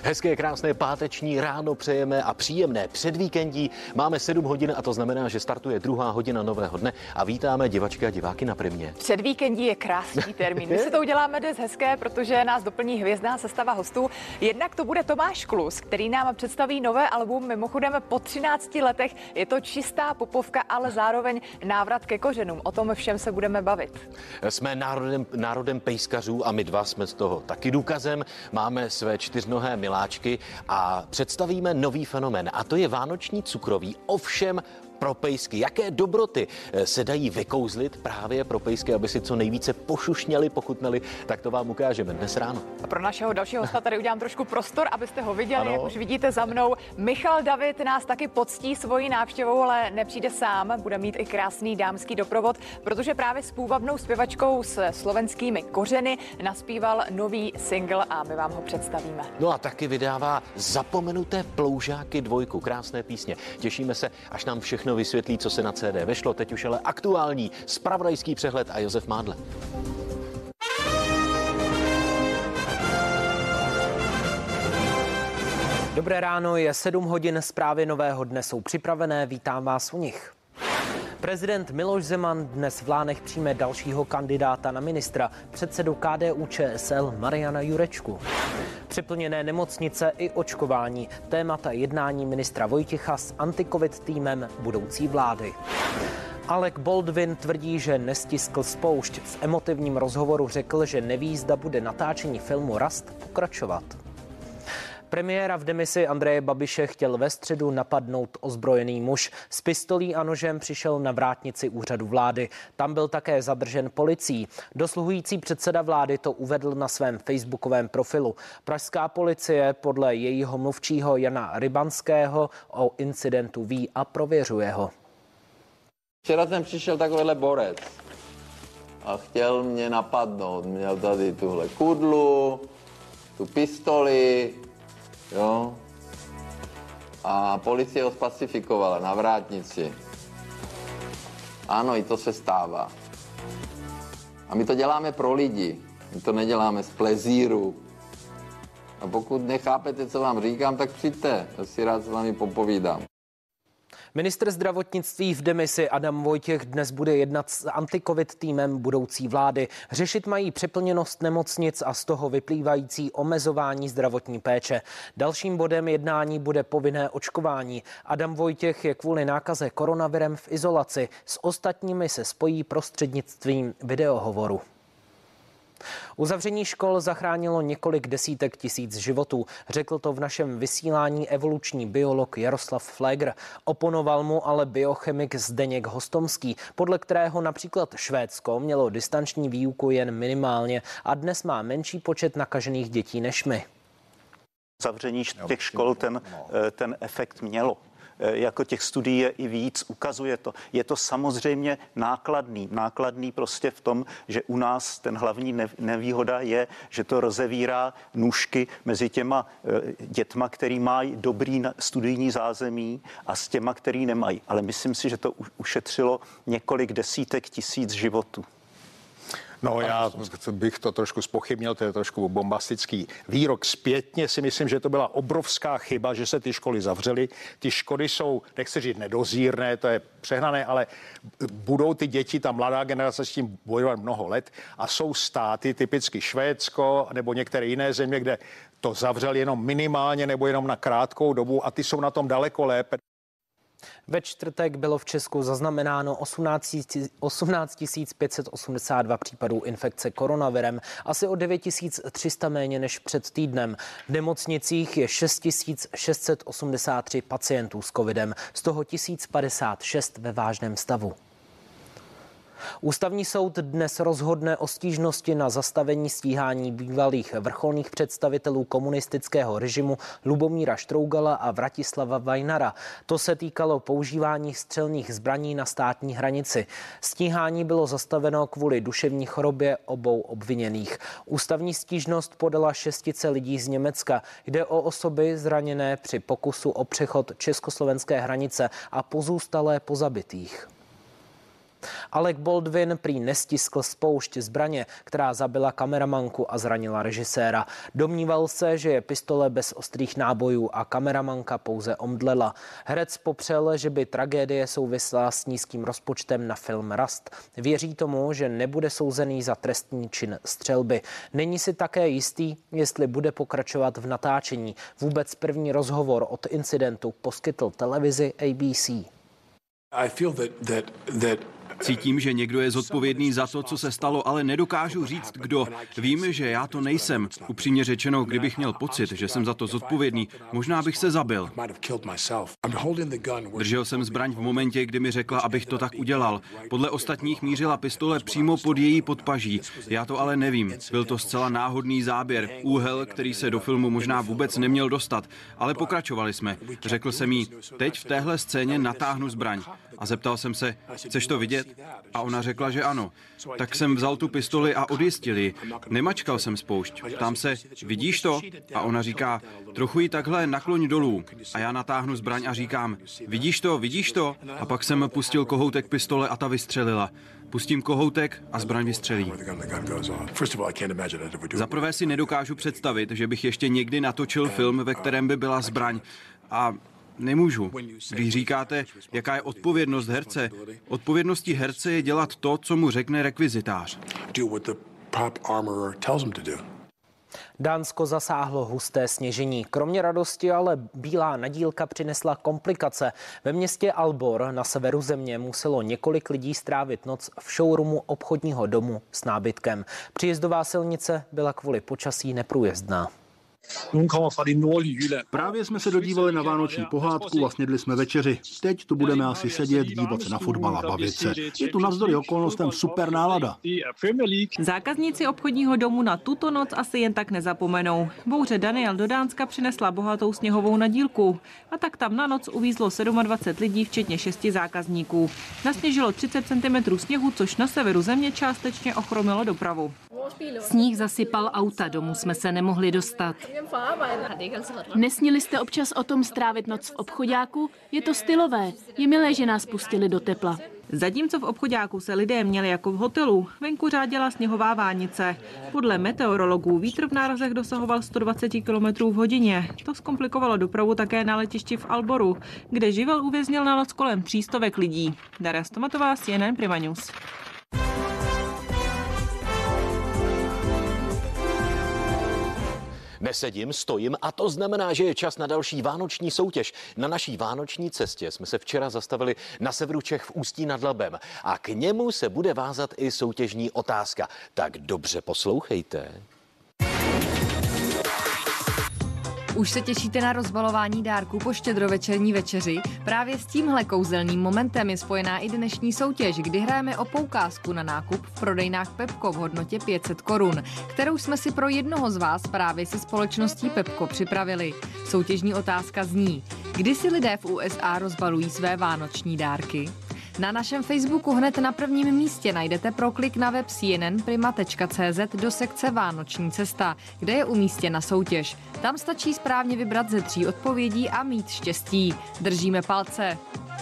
Hezké, krásné páteční ráno přejeme a příjemné předvíkendí. Máme 7 hodin a to znamená, že startuje druhá hodina nového dne a vítáme divačky a diváky na Primě. Předvíkendí je krásný termín. My si to uděláme dnes hezké, protože nás doplní hvězdná sestava hostů. Jednak to bude Tomáš Klus, který nám představí nové album. Mimochodem po 13 letech je to čistá popovka, ale zároveň návrat ke kořenům. O tom všem se budeme bavit. Jsme národem pejskařů a my dva jsme z toho taky důkazem. Máme své čtyřnohé miláčky a představíme nový fenomén, a to je vánoční cukroví, ovšem pro pejsky. Jaké dobroty se dají vykouzlit právě pro pejsky, aby si co nejvíce pošušněli, pochutnali, tak to vám ukážeme dnes ráno. A pro našeho dalšího hosta tady udělám trošku prostor, abyste ho viděli, ano. Jak už vidíte za mnou. Michal David nás taky poctí svojí návštěvou, ale nepřijde sám, bude mít i krásný dámský doprovod, protože právě s půvabnou zpěvačkou s slovenskými kořeny naspíval nový single a my vám ho představíme. No a taky vydává Zapomenuté ploužáky 2, krásné písně. Těšíme se, až nám všechno vysvětlí, co se na CD vešlo. Teď už ale aktuální zpravodajský přehled a Josef Mádle. Dobré ráno, je 7 hodin, zprávy nového dne jsou připravené, vítám vás u nich. Prezident Miloš Zeman dnes v Lánech přijme dalšího kandidáta na ministra, předsedu KDU-ČSL Mariana Jurečku. Přeplněné nemocnice i očkování, témata jednání ministra Vojtěcha s anti-covid týmem budoucí vlády. Alec Baldwin tvrdí, že nestiskl spoušť. V emotivním rozhovoru řekl, že neví, zda bude natáčení filmu Rust pokračovat. Premiéra v demisi Andreje Babiše chtěl ve středu napadnout ozbrojený muž. S pistolí a nožem přišel na vrátnici úřadu vlády. Tam byl také zadržen policií. Dosluhující předseda vlády to uvedl na svém facebookovém profilu. Pražská policie podle jejího mluvčího Jana Rybanského o incidentu ví a prověřuje ho. Včera jsem přišel takovýhle borec a chtěl mě napadnout. Měl tady tuhle kudlu, tu pistoli, jo, a policie ho spacifikovala na vrátnici. Ano, i to se stává. A my to děláme pro lidi, my to neděláme z plezíru. A pokud nechápete, co vám říkám, tak přijďte, já si rád s vámi popovídám. Ministr zdravotnictví v demisi Adam Vojtěch dnes bude jednat s anti-covid týmem budoucí vlády. Řešit mají přeplněnost nemocnic a z toho vyplývající omezování zdravotní péče. Dalším bodem jednání bude povinné očkování. Adam Vojtěch je kvůli nákaze koronavirem v izolaci. S ostatními se spojí prostřednictvím videohovoru. Uzavření škol zachránilo několik desítek tisíc životů. Řekl to v našem vysílání evoluční biolog Jaroslav Flegr. Oponoval mu ale biochemik Zdeněk Hostomský, podle kterého například Švédsko mělo distanční výuku jen minimálně a dnes má menší počet nakažených dětí než my. Zavření těch škol ten efekt mělo. Jako těch studií je i víc, ukazuje to. Je to samozřejmě nákladný prostě v tom, že u nás ten hlavní nevýhoda je, že to rozevírá nůžky mezi těma dětma, který mají dobrý studijní zázemí a s těma, který nemají. Ale myslím si, že to ušetřilo několik desítek tisíc životů. No, já bych to trošku zpochybnil, to je trošku bombastický výrok. Zpětně si myslím, že to byla obrovská chyba, že se ty školy zavřely. Ty škody jsou, nechci říct nedozírné, to je přehnané, ale budou ty děti, ta mladá generace s tím bojovat mnoho let a jsou státy, typicky Švédsko nebo některé jiné země, kde to zavřeli jenom minimálně nebo jenom na krátkou dobu a ty jsou na tom daleko lépe. Ve čtvrtek bylo v Česku zaznamenáno 18 582 případů infekce koronavirem, asi o 9 300 méně než před týdnem. V nemocnicích je 6 683 pacientů s covidem, z toho 1056 ve vážném stavu. Ústavní soud dnes rozhodne o stížnosti na zastavení stíhání bývalých vrcholných představitelů komunistického režimu Lubomíra Štrougala a Vratislava Vajnara. To se týkalo používání střelných zbraní na státní hranici. Stíhání bylo zastaveno kvůli duševní chorobě obou obviněných. Ústavní stížnost podala 6 lidí z Německa. Jde o osoby zraněné při pokusu o přechod československé hranice a pozůstalé po zabitých. Alec Baldwin prý nestiskl spoušť zbraně, která zabila kameramanku a zranila režiséra. Domníval se, že je pistole bez ostrých nábojů a kameramanka pouze omdlela. Herec popřel, že by tragédie souvisela s nízkým rozpočtem na film Rust. Věří tomu, že nebude souzený za trestný čin střelby. Není si také jistý, jestli bude pokračovat v natáčení. Vůbec první rozhovor od incidentu poskytl televizi ABC. Cítím, že někdo je zodpovědný za to, co se stalo, ale nedokážu říct, kdo. Vím, že já to nejsem. Upřímně řečeno, kdybych měl pocit, že jsem za to zodpovědný, možná bych se zabil. Držel jsem zbraň v momentě, kdy mi řekla, abych to tak udělal. Podle ostatních mířila pistole přímo pod její podpaží. Já to ale nevím. Byl to zcela náhodný záběr. Úhel, který se do filmu možná vůbec neměl dostat. Ale pokračovali jsme. Řekl jsem jí, teď v téhle scéně natáhnu zbraň. A zeptal jsem se, chceš to vidět? A ona řekla, že ano. Tak jsem vzal tu pistoli a odjistil ji. Nemačkal jsem spoušť. Ptám se, vidíš to? A ona říká, trochu ji takhle nakloň dolů. A já natáhnu zbraň a říkám, vidíš to, vidíš to? A pak jsem pustil kohoutek pistole a ta vystřelila. Pustím kohoutek a zbraň vystřelí. Za prvé si nedokážu představit, že bych ještě někdy natočil film, ve kterém by byla zbraň. A nemůžu. Když říkáte, jaká je odpovědnost herce, odpovědností herce je dělat to, co mu řekne rekvizitář. Dánsko zasáhlo husté sněžení. Kromě radosti ale bílá nadílka přinesla komplikace. Ve městě Aalborg na severu země muselo několik lidí strávit noc v showroomu obchodního domu s nábytkem. Příjezdová silnice byla kvůli počasí neprůjezdná. Právě jsme se dodívali na vánoční pohádku a snědli jsme večeři. Teď tu budeme asi sedět, dívat se na fotbal a bavit se. Je tu navzdory okolnostem super nálada. Zákazníci obchodního domu na tuto noc asi jen tak nezapomenou. Bouře Daniel do Dánska přinesla bohatou sněhovou nadílku. A tak tam na noc uvízlo 27 lidí, včetně 6 zákazníků. Nasněžilo 30 cm sněhu, což na severu země částečně ochromilo dopravu. Sníh zasypal auta, domů jsme se nemohli dostat. Nesnili jste občas o tom strávit noc v obchoďáku? Je to stylové. Je milé, že nás pustili do tepla. Zatímco v obchoďáku se lidé měli jako v hotelu, venku řádila sněhová vánice. Podle meteorologů vítr v nárazech dosahoval 120 km v hodině. To zkomplikovalo dopravu také na letišti v Aalborgu, kde živel uvěznil na noc kolem 300 lidí. Daria Stomatová, CNN Prima News. Nesedím, stojím a to znamená, že je čas na další vánoční soutěž. Na naší vánoční cestě jsme se včera zastavili na severu Čech v Ústí nad Labem a k němu se bude vázat i soutěžní otázka. Tak dobře poslouchejte. Už se těšíte na rozbalování dárků po štědrovečerní večeři? Právě s tímhle kouzelným momentem je spojená i dnešní soutěž, kdy hrajeme o poukázku na nákup v prodejnách Pepco v hodnotě 500 korun, kterou jsme si pro jednoho z vás právě se společností Pepco připravili. Soutěžní otázka zní, kdy si lidé v USA rozbalují své vánoční dárky? Na našem Facebooku hned na prvním místě najdete proklik na web cnnprima.cz do sekce Vánoční cesta, kde je umístěna soutěž. Tam stačí správně vybrat ze 3 odpovědí a mít štěstí. Držíme palce.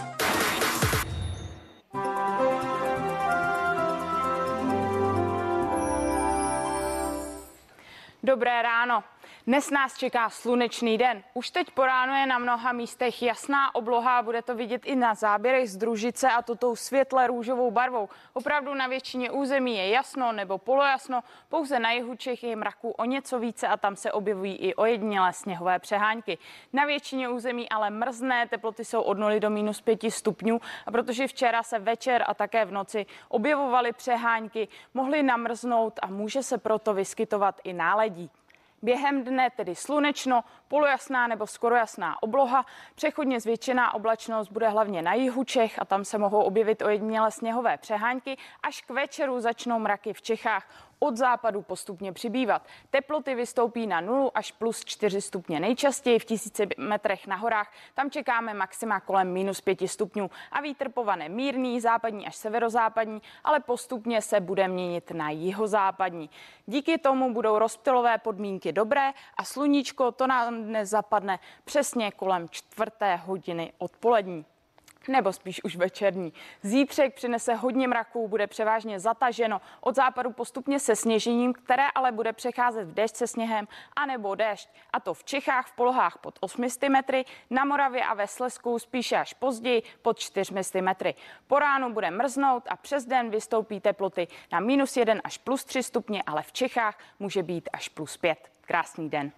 Dobré ráno. Dnes nás čeká slunečný den. Už teď po ránu je na mnoha místech jasná obloha, bude to vidět i na záběrech z družice a to tou světle růžovou barvou. Opravdu na většině území je jasno nebo polojasno, pouze na jihu Čech je mraků o něco více a tam se objevují i ojedinělé sněhové přehánky. Na většině území ale mrzne, teploty jsou od 0 do -5 stupňů a protože včera se večer a také v noci objevovaly přehánky, mohly namrznout a může se proto vyskytovat i náledí. Během dne tedy slunečno, polojasná nebo skoro jasná obloha, přechodně zvětšená oblačnost bude hlavně na jihu Čech a tam se mohou objevit ojedinělé sněhové přehánky. Až k večeru začnou mraky v Čechách od západu postupně přibývat. Teploty vystoupí na 0 až +4 stupně nejčastěji v 1000 metrech na horách. Tam čekáme maxima kolem -5 stupňů a vítr povane mírný, západní až severozápadní, ale postupně se bude měnit na jihozápadní. Díky tomu budou rozptylové podmínky dobré a sluníčko to nám dnes zapadne přesně kolem 4. hodiny odpolední. nebo spíš už večerní. Zítřek přinese hodně mraků, bude převážně zataženo, od západu postupně se sněžením, které ale bude přecházet v déšť se sněhem anebo déšť. A to v Čechách v polohách pod 800 metry, na Moravě a ve Slezsku spíše až později pod 400 metry. Po ránu bude mrznout a přes den vystoupí teploty na -1 až +3 stupně, ale v Čechách může být až +5. Krásný den.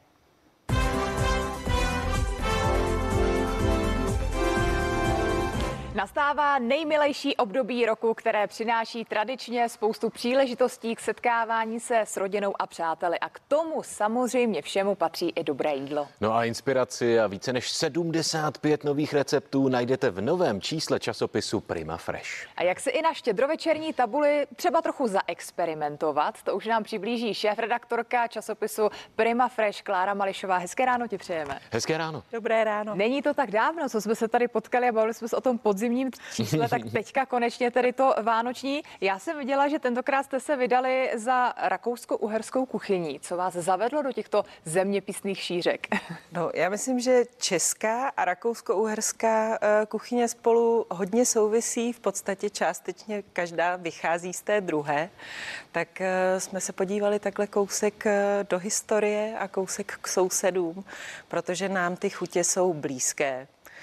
Nastává nejmilejší období roku, které přináší tradičně spoustu příležitostí k setkávání se s rodinou a přáteli. A k tomu samozřejmě všemu patří i dobré jídlo. No a inspiraci a více než 75 nových receptů najdete v novém čísle časopisu Prima Fresh. A jak se i na štědrovečerní tabuli třeba trochu zaexperimentovat, to už nám přiblíží šéfredaktorka časopisu Prima Fresh Klára Mališová. Hezké ráno ti přejeme. Hezké ráno. Dobré ráno. Není to tak dávno, co jsme se tady potkali a bavili jsme se o tom podzimním čísle, tak teďka konečně tedy to vánoční. Já jsem viděla, že tentokrát jste se vydali za rakousko-uherskou kuchyní. Co vás zavedlo do těchto zeměpisných šířek? No, já myslím, že česká a rakousko-uherská kuchyně spolu hodně souvisí, v podstatě částečně každá vychází z té druhé. Tak jsme se podívali takhle kousek do historie a kousek k sousedům, protože nám ty chutě jsou blízké.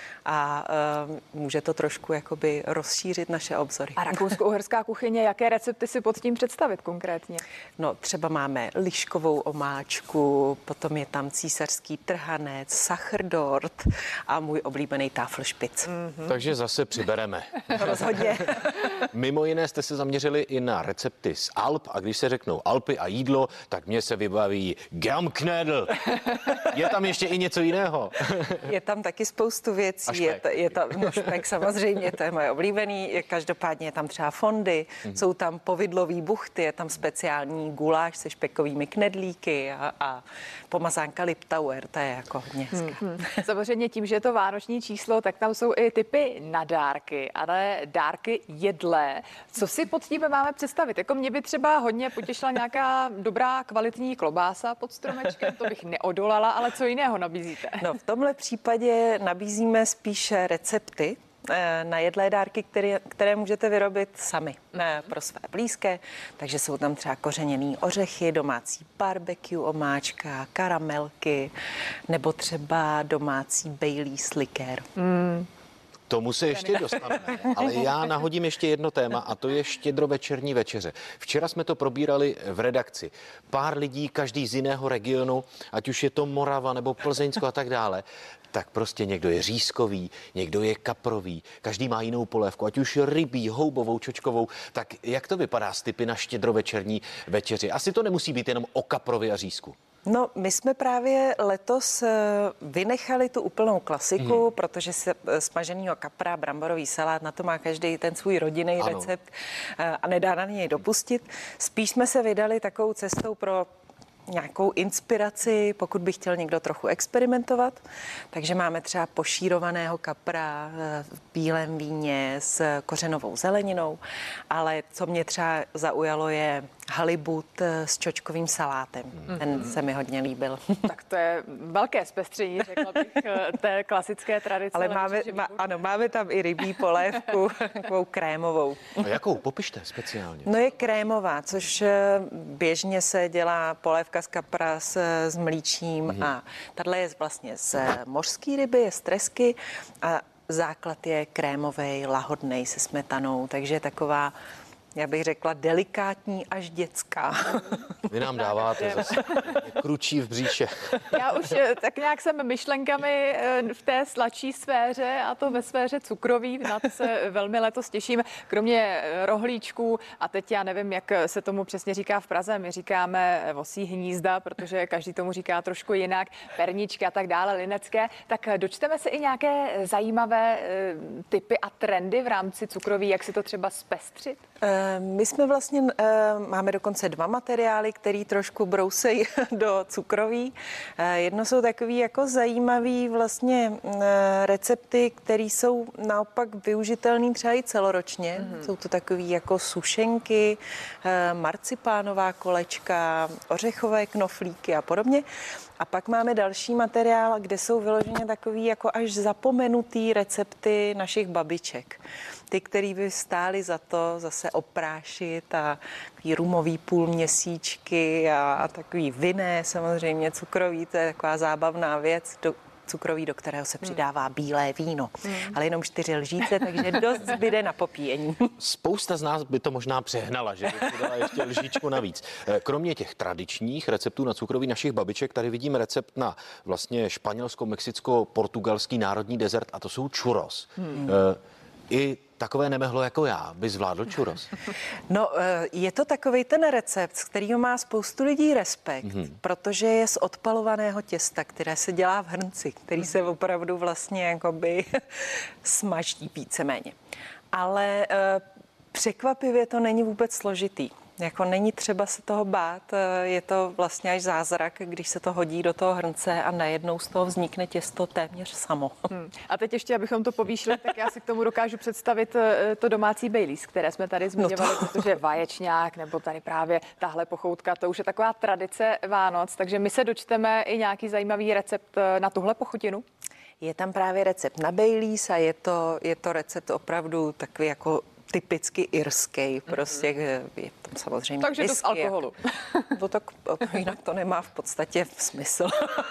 A může to trošku jakoby rozšířit naše obzory. A rakousko-uherská kuchyně, jaké recepty si pod tím představit konkrétně? No, třeba máme liškovou omáčku, potom je tam císařský trhanec, sachrdort a můj oblíbený táflšpic. Takže zase přibereme. Rozhodně. Mimo jiné jste se zaměřili i na recepty z Alp a když se řeknou Alpy a jídlo, tak mně se vybaví Germknödel. Je tam ještě i něco jiného? Je tam taky spoustu věcí. Je to špek samozřejmě, to je moje oblíbený. Každopádně je tam třeba fondy, jsou tam povidlový buchty, je tam speciální guláš se špekovými knedlíky a pomazánka Liptauer, to je jako hodně hezká. Samozřejmě tím, že je to vánoční číslo, tak tam jsou i typy na dárky, ale dárky jedlé. Co si pod tím máme představit? Jako mě by třeba hodně potěšila nějaká dobrá kvalitní klobása pod stromečkem, to bych neodolala, ale co jiného nabízíte? No, v tomhle případě nabízíme spíše recepty na jedlé dárky, které můžete vyrobit sami pro své blízké. Takže jsou tam třeba kořeněný ořechy, domácí barbecue omáčka, karamelky nebo třeba domácí Baileys likér. Tomu se ještě dostaneme, ale já nahodím ještě jedno téma a to je štědrovečerní večeře. Včera jsme to probírali v redakci. Pár lidí, každý z jiného regionu, ať už je to Morava nebo Plzeňsko a tak dále, tak prostě někdo je řízkový, někdo je kaprový, každý má jinou polévku, ať už rybí, houbovou, čočkovou. Tak jak to vypadá s typy na štědrovečerní večeři? Asi to nemusí být jenom o kaprovi a řízku. No, my jsme právě letos vynechali tu úplnou klasiku, protože se smaženýho kapra, bramborový salát, na to má každý ten svůj rodinný recept a nedá na něj dopustit. Spíš jsme se vydali takovou cestou pro nějakou inspiraci, pokud by chtěl někdo trochu experimentovat. Takže máme třeba pošírovaného kapra v bílém víně s kořenovou zeleninou, ale co mě třeba zaujalo je halibut s čočkovým salátem. Ten se mi hodně líbil. Tak to je velké zpestření, řekla bych, té klasické tradice. Ale máme tam i rybí polévku, takovou krémovou. A jakou? Popište speciálně. No je krémová, což běžně se dělá polévka z kapra s mlíčím a tahle je vlastně z mořský ryby, je z tresky a základ je krémovej, lahodnej se smetanou, takže taková, já bych řekla, delikátní až dětská. Vy nám dáváte zase kručí v bříše. Já už tak nějak jsem myšlenkami v té sladší sféře a to ve sféře cukroví. Na to se velmi letos těším. Kromě rohlíčků a teď já nevím, jak se tomu přesně říká v Praze. My říkáme vosí hnízda, protože každý tomu říká trošku jinak. Perničky a tak dále, linecké. Tak dočteme se i nějaké zajímavé typy a trendy v rámci cukroví, jak si to třeba zpestřit? My jsme vlastně, máme dokonce 2 materiály, který trošku brousejí do cukroví. Jedno jsou takový jako zajímavý vlastně recepty, které jsou naopak využitelný třeba i celoročně. Jsou to takový jako sušenky, marcipánová kolečka, ořechové knoflíky a podobně. A pak máme další materiál, kde jsou vyloženě takový jako až zapomenutý recepty našich babiček. Ty, který by stály za to zase oprášit a takový rumový půlměsíčky a takový vinné, samozřejmě cukrový, to je taková zábavná věc, cukroví, do kterého se přidává bílé víno. Ale jenom 4 lžíce, takže dost zbyde na popíjení. Spousta z nás by to možná přehnala, že by dala ještě lžičku navíc. Kromě těch tradičních receptů na cukroví našich babiček, tady vidím recept na vlastně španělsko-mexicko-portugalský národní dezert a to jsou churros. I takové nemehlo jako já by zvládl churros. No, je to takovej ten recept, z kterého má spoustu lidí respekt, protože je z odpalovaného těsta, které se dělá v hrnci, který se opravdu vlastně jakoby smaží víceméně. Ale překvapivě to není vůbec složitý. Jako není třeba se toho bát, je to vlastně až zázrak, když se to hodí do toho hrnce a najednou z toho vznikne těsto téměř samo. A teď ještě, abychom to povýšili, tak já si k tomu dokážu představit to domácí Baileys, které jsme tady zmiňovali, protože vaječňák nebo tady právě tahle pochoutka, to už je taková tradice Vánoc, takže my se dočteme i nějaký zajímavý recept na tuhle pochutinu. Je tam právě recept na Baileys a je to recept opravdu takový jako typicky irský, prostě je tam samozřejmě takže whisky, dost alkoholu. No tak jinak to nemá v podstatě smysl.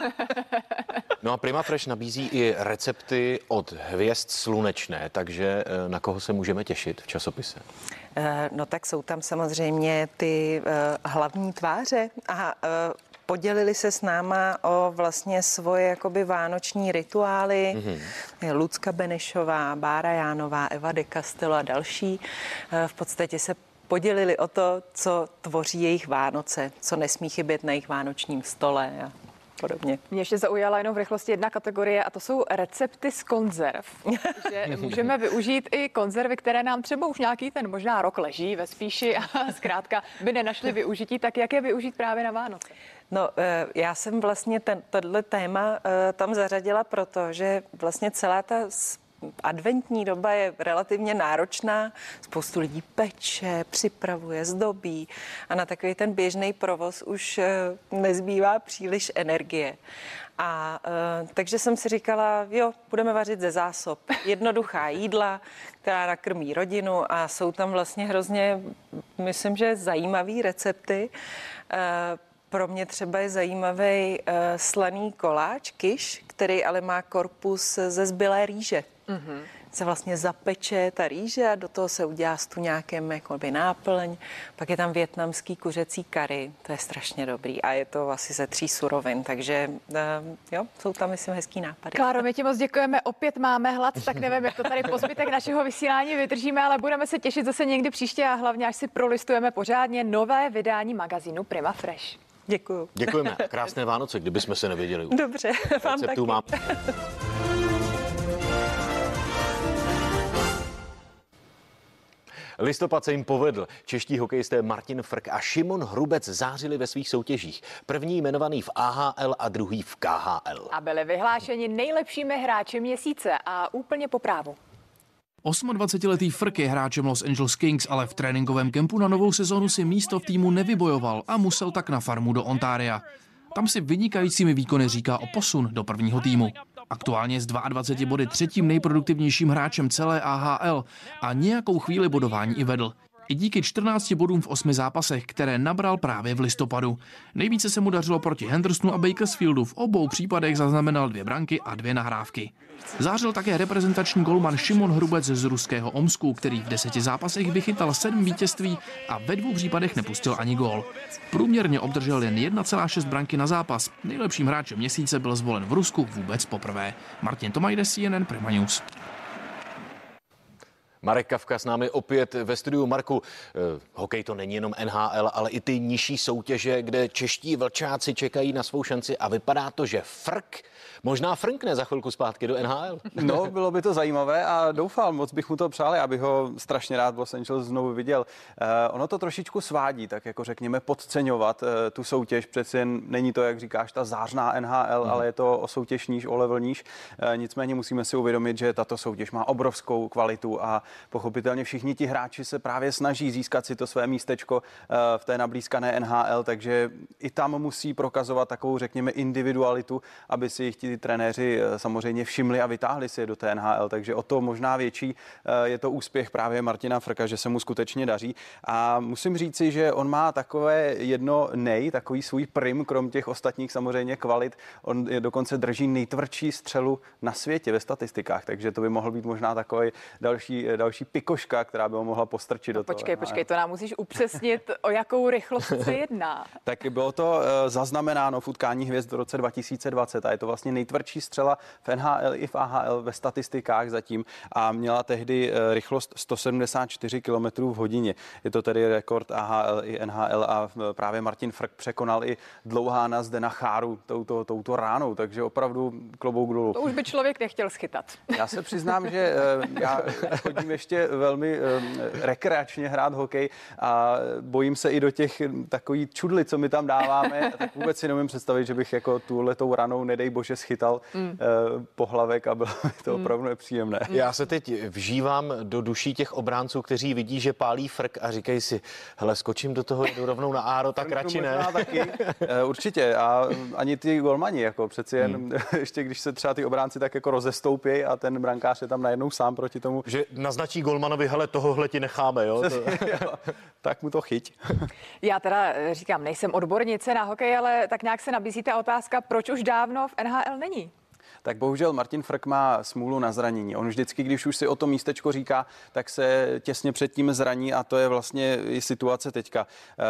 No a Prima Fresh nabízí i recepty od hvězd slunečné, takže na koho se můžeme těšit v časopise? No tak jsou tam samozřejmě ty hlavní tváře a podělili se s náma o vlastně svoje jakoby vánoční rituály. Lucka Benešová, Bára Jánová, Eva de Castello a další. V podstatě se podělili o to, co tvoří jejich Vánoce, co nesmí chybět na jejich vánočním stole a podobně. Mě ještě zaujala jenom v rychlosti jedna kategorie a to jsou recepty z konzerv. Že můžeme využít i konzervy, které nám třeba už nějaký ten možná rok leží ve spíši a zkrátka by nenašli využití, tak jak je využít právě na Vánoce? No, já jsem vlastně tohle téma tam zařadila, protože vlastně celá ta adventní doba je relativně náročná, spoustu lidí peče, připravuje, zdobí a na takový ten běžný provoz už nezbývá příliš energie. A takže jsem si říkala, jo, budeme vařit ze zásob. Jednoduchá jídla, která nakrmí rodinu a jsou tam vlastně hrozně, myslím, že zajímavý recepty. Pro mě třeba je zajímavý slaný koláč, kiš, který ale má korpus ze zbylé rýže. Se vlastně zapeče ta rýže a do toho se udělá s tu nějakým jakoby náplň. Pak je tam vietnamský kuřecí kary, to je strašně dobrý a je to asi ze 3 surovin, takže jo, jsou tam, myslím, hezký nápady. Kláro, my ti moc děkujeme, opět máme hlad, tak nevím, jak to tady po zbytek našeho vysílání vydržíme, ale budeme se těšit zase někdy příště a hlavně, až si prolistujeme pořádně nové vydání magazínu Prima Fresh. Děkuju. Děkujeme. Krásné Vánoce, kdybychom se nevěděli. Dobře, vám taky. Listopad se jim povedl. Čeští hokejisté Martin Frk a Šimon Hrubec zářili ve svých soutěžích. První jmenovaný v AHL a druhý v KHL. A byli vyhlášeni nejlepšími hráči měsíce a úplně po právu. 28-letý Frk je hráčem Los Angeles Kings, ale v tréninkovém kempu na novou sezonu si místo v týmu nevybojoval a musel tak na farmu do Ontaria. Tam si vynikajícími výkony říká o posun do prvního týmu. Aktuálně s 22 body třetím nejproduktivnějším hráčem celé AHL a nějakou chvíli bodování i vedl. I díky 14 bodům v 8 zápasech, které nabral právě v listopadu. Nejvíce se mu dařilo proti Hendersonu a Bakersfieldu. V obou případech zaznamenal 2 branky a 2 nahrávky. Zářil také reprezentační golman Šimon Hrubec z ruského Omsku, který v 10 zápasech vychytal 7 vítězství a ve 2 případech nepustil ani gól. Průměrně obdržel jen 1,6 branky na zápas. Nejlepším hráčem měsíce byl zvolen v Rusku vůbec poprvé. Martin Tomajde, CNN Prima News. Marek Kavka s námi opět ve studiu. Marku, hokej to není jenom NHL, ale i ty nižší soutěže, kde čeští vlčáci čekají na svou šanci a vypadá to, že Frk možná frnkne za chvilku zpátky do NHL. No, bylo by to zajímavé a doufám, moc bych mu to přál, já bych ho strašně rád v Los Angeles znovu viděl. Ono to trošičku svádí, tak jako řekněme podceňovat tu soutěž, přeci jen není to, jak říkáš, ta zářná NHL, ale je to o soutěž níž, o level níž. Nicméně musíme si uvědomit, že tato soutěž má obrovskou kvalitu a pochopitelně všichni ti hráči se právě snaží získat si to své místečko v té nablízkané NHL, takže i tam musí prokazovat takovou, řekněme, individualitu, aby si jich ti trenéři samozřejmě všimli a vytáhli si je do té NHL, takže o to možná větší je to úspěch právě Martina Frka, že se mu skutečně daří. A musím říci, že on má takové takový svůj prim, krom těch ostatních samozřejmě kvalit. On dokonce drží nejtvrdší střelu na světě ve statistikách, takže to by mohl být možná takový další pikoška, která by ho mohla postrčit do toho. Počkej, to nám musíš upřesnit, o jakou rychlost se jedná. Tak bylo to zaznamenáno v utkání hvězd v roce 2020 a je to vlastně nejtvrdší střela v NHL i v AHL ve statistikách zatím a měla tehdy rychlost 174 km v hodině. Je to tedy rekord AHL i NHL a právě Martin Frk překonal i Dlouhána Zdena Cháru touto ránou, takže opravdu klobouk dolů. To už by člověk nechtěl schytat. Já se přiznám, že já chodím ještě velmi rekreačně hrát hokej a bojím se i do těch takových čudli, co my tam dáváme, tak vůbec si neumím představit, že bych jako tuhletou ranou, nedej bože, schytal pohlavek a bylo to opravdu nepříjemné. Já se teď vžívám do duší těch obránců, kteří vidí, že pálí Frk a říkají si, hele, skočím do toho, jdu rovnou na áro, tak radši ne. Taky. Určitě a ani ty golmani, jako přeci jen ještě když se třeba ty obránci tak jako rozestoupí a ten brankář je tam najednou sám proti tomu. Že naznačí golmanovi, hele, tohohle ti necháme, jo? Tak mu to chyť. Já teda říkám, nejsem odbornice na hokej, ale tak nějak se nabízí ta otázka, proč už dávno v NHL není. Tak bohužel Martin Frk má smůlu na zranění. On vždycky, když už si o to místečko říká, tak se těsně před tím zraní a to je vlastně i situace teďka.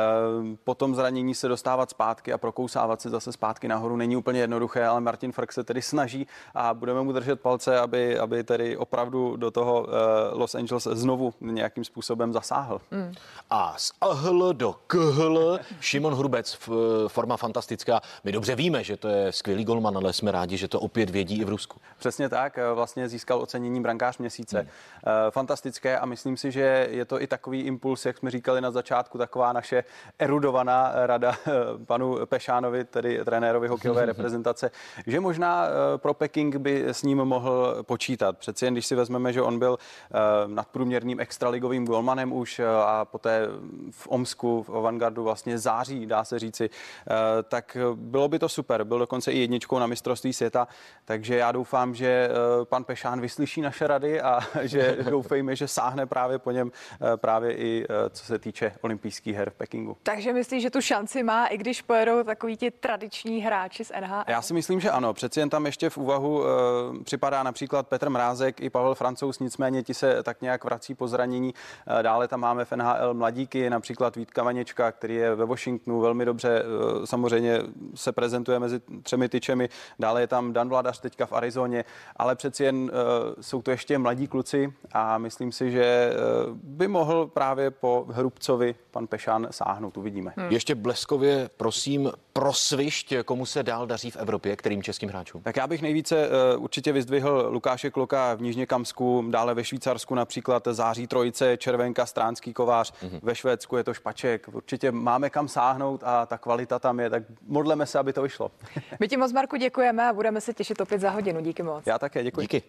Po tom zranění se dostávat zpátky a prokousávat se zase zpátky nahoru není úplně jednoduché, ale Martin Frk se tedy snaží a budeme mu držet palce, aby tedy opravdu do toho Los Angeles znovu nějakým způsobem zasáhl. A z AHL do KHL Šimon Hrubec, forma fantastická. My dobře víme, že to je skvělý golman, ale jsme rádi, že to opět vědí i v Rusku. Přesně tak, vlastně získal ocenění brankář měsíce. Fantastické a myslím si, že je to i takový impuls, jak jsme říkali na začátku, taková naše erudovaná rada panu Pešánovi, tedy trenérovi hokejové reprezentace, že možná pro Peking by s ním mohl počítat. Přeci jen, když si vezmeme, že on byl nadprůměrným extraligovým golmanem už a poté v Omsku, v Avantgardu vlastně září, dá se říci, tak bylo by to super. Byl dokonce i jedničkou na mistrovství světa. Takže já doufám, že pan Pešán vyslyší naše rady a že doufejme, že sáhne právě po něm právě i co se týče olympijských her v Pekingu. Takže myslíš, že tu šanci má, i když pojedou takoví ti tradiční hráči z NHL? Já si myslím, že ano. Přeci jen tam ještě v úvahu připadá například Petr Mrázek i Pavel Francouz, nicméně ti se tak nějak vrací po zranění. Dále tam máme v NHL mladíky, například Vítka Vaněčka, který je ve Washingtonu velmi dobře, samozřejmě se prezentuje mezi třemi tyčemi. Dále je tam Dan Vladař teďka v Arizoně, ale přeci jen jsou to ještě mladí kluci a myslím si, že by mohl právě po Hrubcovi pan Pešán sáhnout, uvidíme. Ještě bleskově, prosím, prosvišť, komu se dál daří v Evropě, kterým českým hráčům? Tak já bych nejvíce určitě vyzdvihl Lukáše Kloka v Nižněkamsku, dále ve Švýcarsku například Září Trojice, Červenka, Stránský Kovář, ve Švédsku je to Špaček. Určitě máme kam sáhnout a ta kvalita tam je, tak modleme se, aby to vyšlo. My ti moc, Marku, děkujeme a budeme se těšit opět za hodinu. Díky moc. Já také, děkuji. Díky.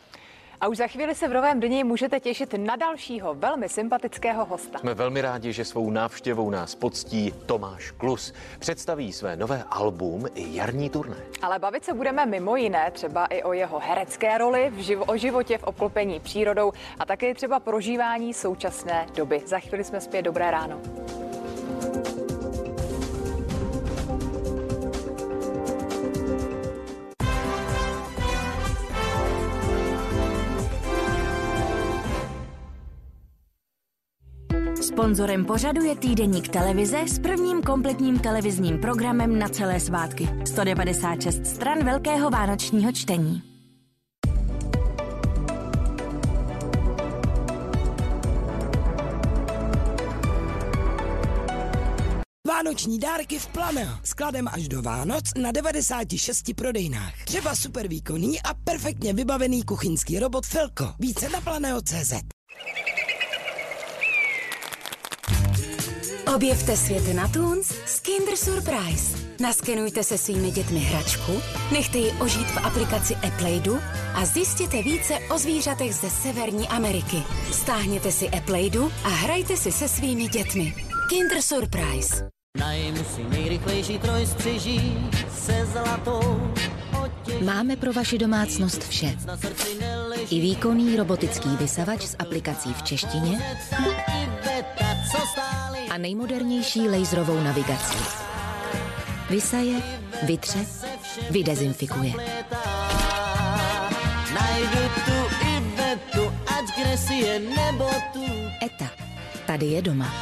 A už za chvíli se v Novém dni můžete těšit na dalšího velmi sympatického hosta. Jsme velmi rádi, že svou návštěvou nás poctí Tomáš Klus. Představí své nové album i jarní turné. Ale bavit se budeme mimo jiné třeba i o jeho herecké roli, o životě v obklopení přírodou a také třeba prožívání současné doby. Za chvíli jsme zpět, dobré ráno. Sponzorem pořadu je týdeník televize s prvním kompletním televizním programem na celé svátky. 196 stran velkého vánočního čtení. Vánoční dárky v Plano. Skladem až do Vánoc na 96 prodejnách. Třeba super výkonný a perfektně vybavený kuchyňský robot Filco. Více na planeo.cz. Objevte svět na Toons s Kinder Surprise. Naskenujte se svými dětmi hračku, nechte ji ožít v aplikaci Applaydu a zjistěte více o zvířatech ze Severní Ameriky. Stáhněte si Applaydu a hrajte si se svými dětmi. Kinder Surprise. Najmu si nejrychlejší trojstřiží se zlatou. Máme pro vaši domácnost vše. I výkonný robotický vysavač s aplikací v češtině a nejmodernější laserovou navigací. Vysaje, vytře, vydezinfikuje. ETA. Tady je doma.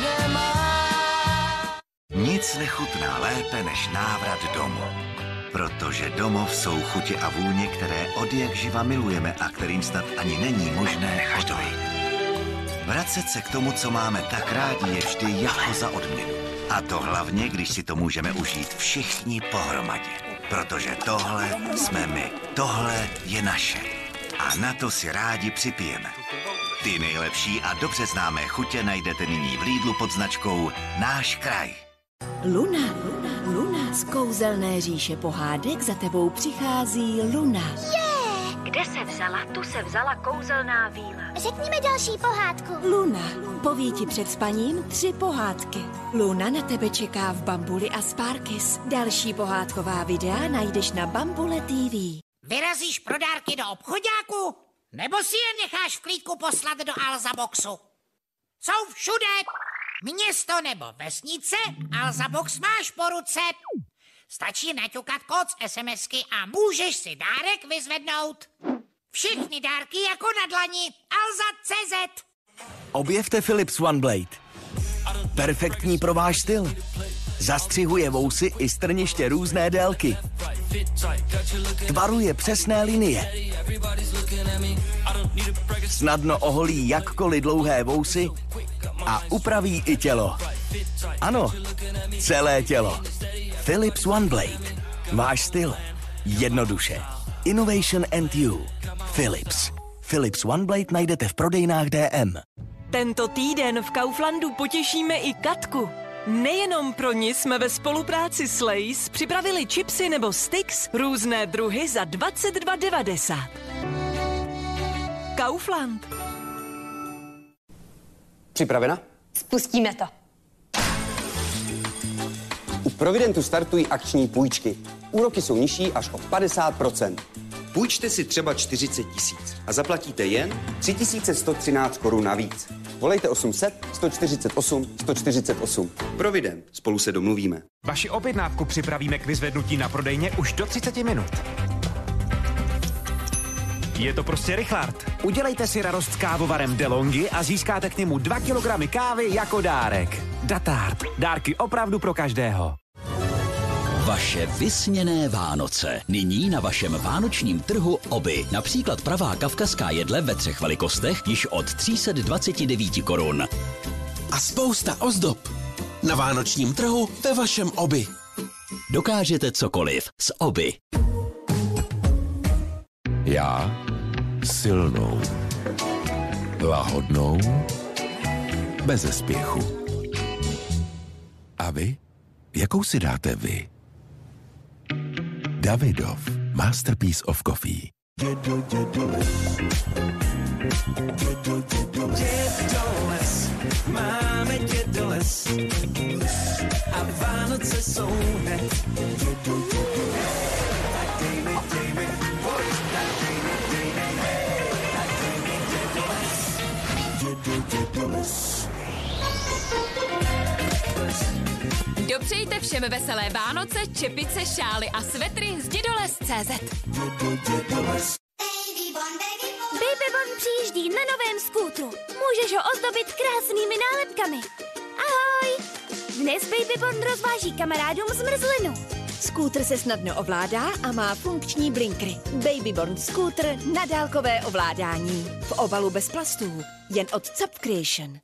Nic nechutná lépe než návrat domů. Protože domov jsou chutě a vůně, které od jak živa milujeme a kterým snad ani není možné nechat dojít. Vracet se k tomu, co máme tak rádi, je vždy jako za odměnu. A to hlavně, když si to můžeme užít všichni pohromadě. Protože tohle jsme my. Tohle je naše. A na to si rádi připijeme. Ty nejlepší a dobře známé chutě najdete nyní v Lidlu pod značkou Náš kraj. Luna, z kouzelné říše pohádek za tebou přichází Luna. Kde se vzala, tu se vzala kouzelná víla. Řekni mi další pohádku. Luna, poví ti před spaním 3 pohádky. Luna na tebe čeká v Bambuli a Sparkis. Další pohádková videa najdeš na Bambule TV. Vyrazíš pro dárky do obchoďáku? Nebo si je necháš v klídku poslat do Alzaboxu? Jsou všude! Město nebo vesnice, Alzabox máš po ruce. Stačí naťukat kód z SMSky a můžeš si dárek vyzvednout. Všechny dárky jako na dlani. Alza.cz. Objevte Philips OneBlade. Perfektní pro váš styl. Zastřihuje vousy i strniště různé délky. Tvaruje přesné linie. Snadno oholí jakkoliv dlouhé vousy a upraví i tělo. Ano, celé tělo. Philips OneBlade. Váš styl. Jednoduše. Innovation and you. Philips. Philips OneBlade najdete v prodejnách DM. Tento týden v Kauflandu potěšíme i Katku. Nejenom pro ní jsme ve spolupráci s Lay's připravili chipsy nebo sticks různé druhy za 22,90. Kaufland. Připravena? Spustíme to. U Providentu startují akční půjčky. Úroky jsou nižší až o 50%. Půjčte si třeba 40 000 a zaplatíte jen 3113 korun navíc. Volejte 800 148 148. Provident. Spolu se domluvíme. Vaši objednávku připravíme k vyzvednutí na prodejně už do 30 minut. Je to prostě Richard. Udělejte si radost s kávovarem DeLonghi a získáte k němu 2 kilogramy kávy jako dárek. Datart. Dárky opravdu pro každého. Vaše vysněné Vánoce. Nyní na vašem vánočním trhu Oby. Například pravá kavkazská jedle ve 3 velikostech již od 329 korun. A spousta ozdob. Na vánočním trhu ve vašem Oby. Dokážete cokoliv s Oby. Já silnou, lahodnou, beze spěchu. A vy? Jakou si dáte vy? Davidoff Masterpiece of Coffee. Dědoles, máme dědoles a Vánoce jsou hned. Tak dej mi, dědoles. Dopřejte všem veselé Vánoce, čepice, šály a svetry z Dědoles.cz. Baby Born přijíždí na novém skútru. Můžeš ho ozdobit krásnými nálepkami. Ahoj! Dnes Baby Born rozváží kamarádům zmrzlinu. Skútr se snadno ovládá a má funkční blinkry. Baby Born skútr na dálkové ovládání. V obalu bez plastů. Jen od Zap Creation.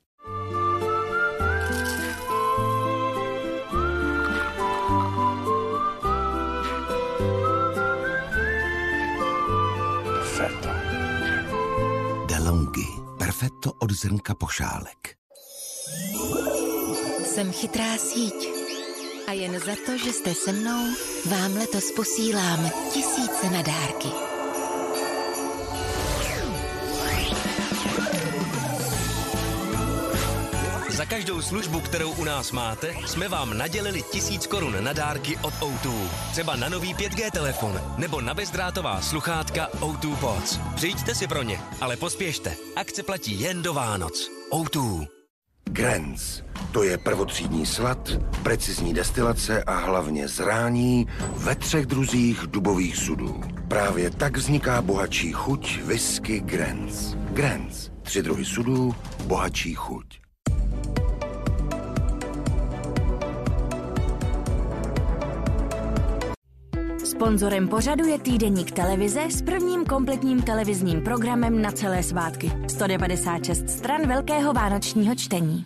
DeLonghi. Perfetto od zrnka po šálek. Jsem chytrá síť. A jen za to, že jste se mnou, vám letos posílám tisíce na dárky. Za každou službu, kterou u nás máte, jsme vám nadělili 1000 korun na dárky od O2. Třeba na nový 5G telefon nebo na bezdrátová sluchátka O2 Pods. Přijďte si pro ně, ale pospěšte. Akce platí jen do Vánoc. O2. Grenz. To je prvotřídní slad, precizní destilace a hlavně zrání ve 3 druzích dubových sudů. Právě tak vzniká bohatší chuť whisky Grenz. Grenz. 3 druhy sudů, bohatší chuť. Sponzorem pořadu je týdeník televize s prvním kompletním televizním programem na celé svátky. 196 stran velkého vánočního čtení.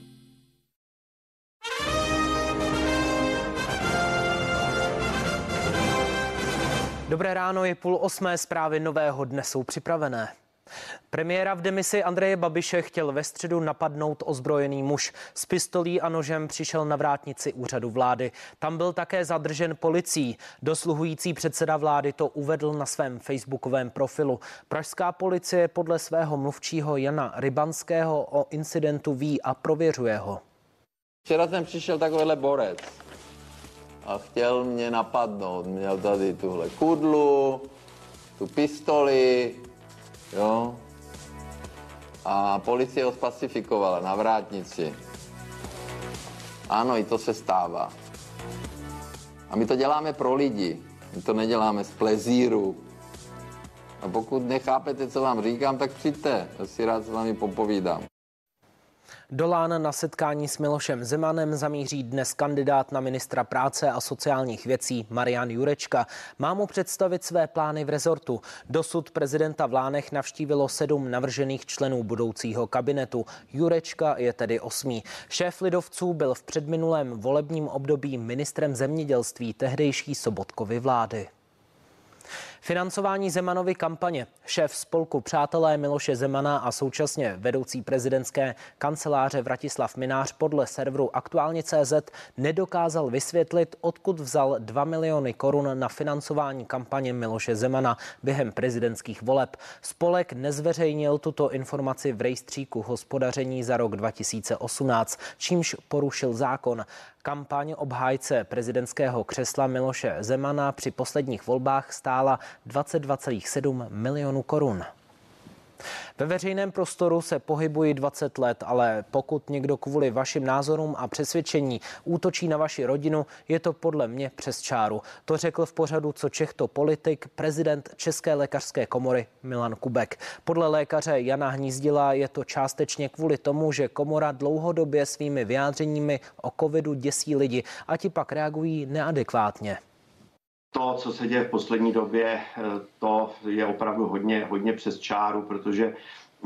Dobré ráno, je 7:30, zprávy nového dne jsou připravené. Premiéra v demisi Andreje Babiše chtěl ve středu napadnout ozbrojený muž. S pistolí a nožem přišel na vrátnici úřadu vlády. Tam byl také zadržen policií. Dosluhující předseda vlády to uvedl na svém facebookovém profilu. Pražská policie podle svého mluvčího Jana Rybanského o incidentu ví a prověřuje ho. Včera jsem přišel takovýhle borec a chtěl mě napadnout. Měl tady tuhle kudlu, tu pistoli, jo. A policie ho spacifikovala na vrátnici. Ano, i to se stává. A my to děláme pro lidi. My to neděláme z plezíru. A pokud nechápete, co vám říkám, tak přijďte. Já si rád s vámi popovídám. Do Lán na setkání s Milošem Zemanem zamíří dnes kandidát na ministra práce a sociálních věcí Marian Jurečka. Má mu představit své plány v rezortu. Dosud prezidenta v Lánech navštívilo 7 navržených členů budoucího kabinetu. Jurečka je tedy 8. Šéf lidovců byl v předminulém volebním období ministrem zemědělství tehdejší Sobotkovy vlády. Financování Zemanovy kampaně. Šéf spolku Přátelé Miloše Zemana a současně vedoucí prezidentské kanceláře Vratislav Mynář podle serveru Aktuálně.cz nedokázal vysvětlit, odkud vzal 2 miliony korun na financování kampaně Miloše Zemana během prezidentských voleb. Spolek nezveřejnil tuto informaci v rejstříku hospodaření za rok 2018, čímž porušil zákon. Kampaň obhájce prezidentského křesla Miloše Zemana při posledních volbách stála 22,7 milionů korun. Ve veřejném prostoru se pohybuji 20 let, ale pokud někdo kvůli vašim názorům a přesvědčení útočí na vaši rodinu, je to podle mě přes čáru. To řekl v pořadu Co Čech to politik prezident České lékařské komory Milan Kubek. Podle lékaře Jana Hnízdila je to částečně kvůli tomu, že komora dlouhodobě svými vyjádřeními o covidu děsí lidi a ti pak reagují neadekvátně. To, co se děje v poslední době, to je opravdu hodně přes čáru, protože